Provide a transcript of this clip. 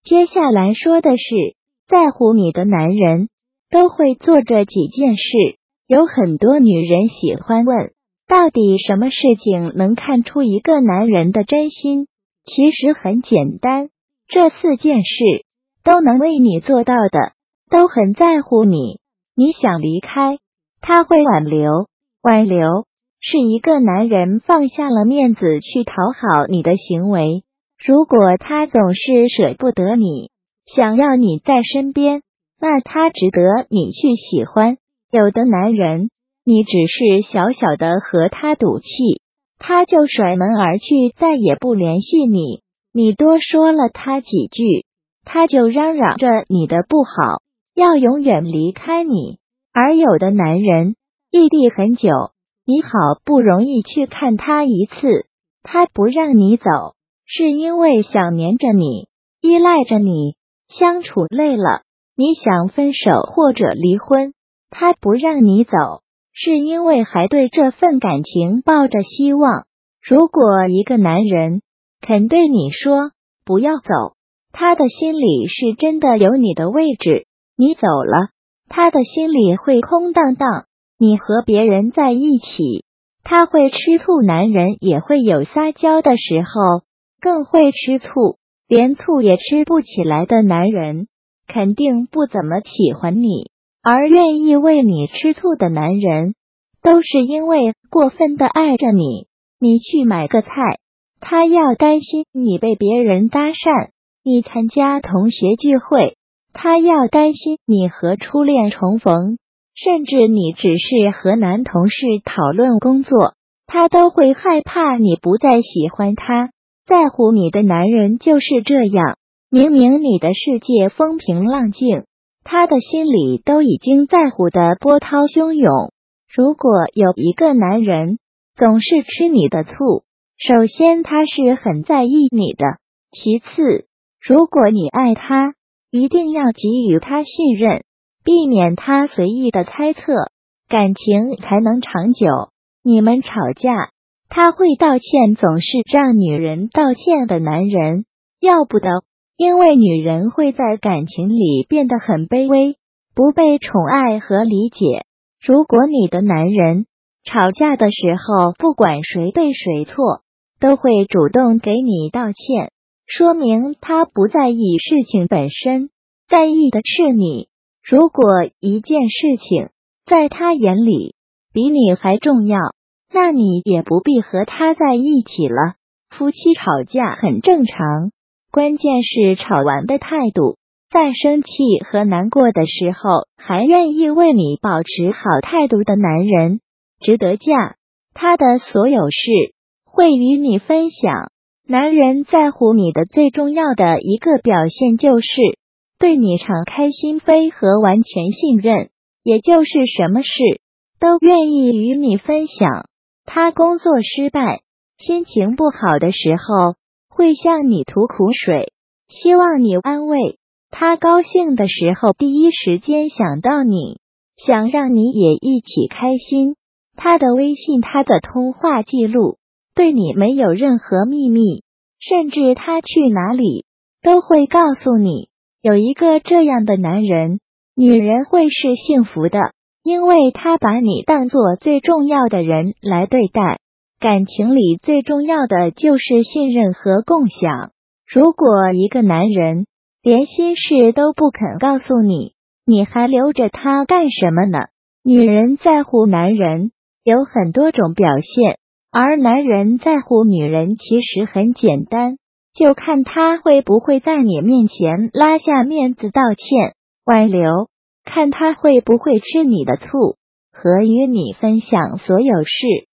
接下来说的是，在乎你的男人都会做这几件事。有很多女人喜欢问，到底什么事情能看出一个男人的真心？其实很简单，这4件事都能为你做到的，都很在乎你。你想离开，他会挽留。挽留是一个男人放下了面子去讨好你的行为。如果他总是舍不得你，想要你在身边，那他值得你去喜欢。有的男人，你只是小小的和他赌气，他就甩门而去，再也不联系你。你多说了他几句，他就嚷嚷着你的不好，要永远离开你。而有的男人，异地很久，你好不容易去看他一次，他不让你走，是因为想黏着你，依赖着你，相处累了，你想分手或者离婚，他不让你走，是因为还对这份感情抱着希望。如果一个男人肯对你说不要走，他的心里是真的有你的位置。你走了，他的心里会空荡荡。你和别人在一起，他会吃醋。男人也会有撒娇的时候，更会吃醋，连醋也吃不起来的男人肯定不怎么喜欢你。而愿意为你吃醋的男人，都是因为过分的爱着你。你去买个菜，他要担心你被别人搭讪；你参加同学聚会，他要担心你和初恋重逢；甚至你只是和男同事讨论工作，他都会害怕你不再喜欢他。在乎你的男人就是这样，明明你的世界风平浪静，他的心里都已经在乎的波涛汹涌。如果有一个男人总是吃你的醋，首先他是很在意你的，其次，如果你爱他，一定要给予他信任，避免他随意的猜测，感情才能长久。你们吵架，他会道歉，总是让女人道歉的男人要不得，因为女人会在感情里变得很卑微，不被宠爱和理解。如果你的男人吵架的时候，不管谁对谁错，都会主动给你道歉，说明他不在意事情本身，在意的是你。如果一件事情在他眼里比你还重要，那你也不必和他在一起了。夫妻吵架很正常，关键是吵完的态度。在生气和难过的时候，还愿意为你保持好态度的男人，值得嫁。他的所有事会与你分享。男人在乎你的最重要的一个表现就是对你敞开心扉和完全信任，也就是什么事都愿意与你分享。他工作失败，心情不好的时候，会向你吐苦水，希望你安慰。他高兴的时候，第一时间想到你，想让你也一起开心。他的微信，他的通话记录，对你没有任何秘密，甚至他去哪里都会告诉你。有一个这样的男人，女人会是幸福的，因为他把你当作最重要的人来对待。感情里最重要的就是信任和共享。如果一个男人连心事都不肯告诉你，你还留着他干什么呢？女人在乎男人有很多种表现，而男人在乎女人其实很简单，就看他会不会在你面前拉下面子道歉挽留，看他会不会吃你的醋和与你分享所有事。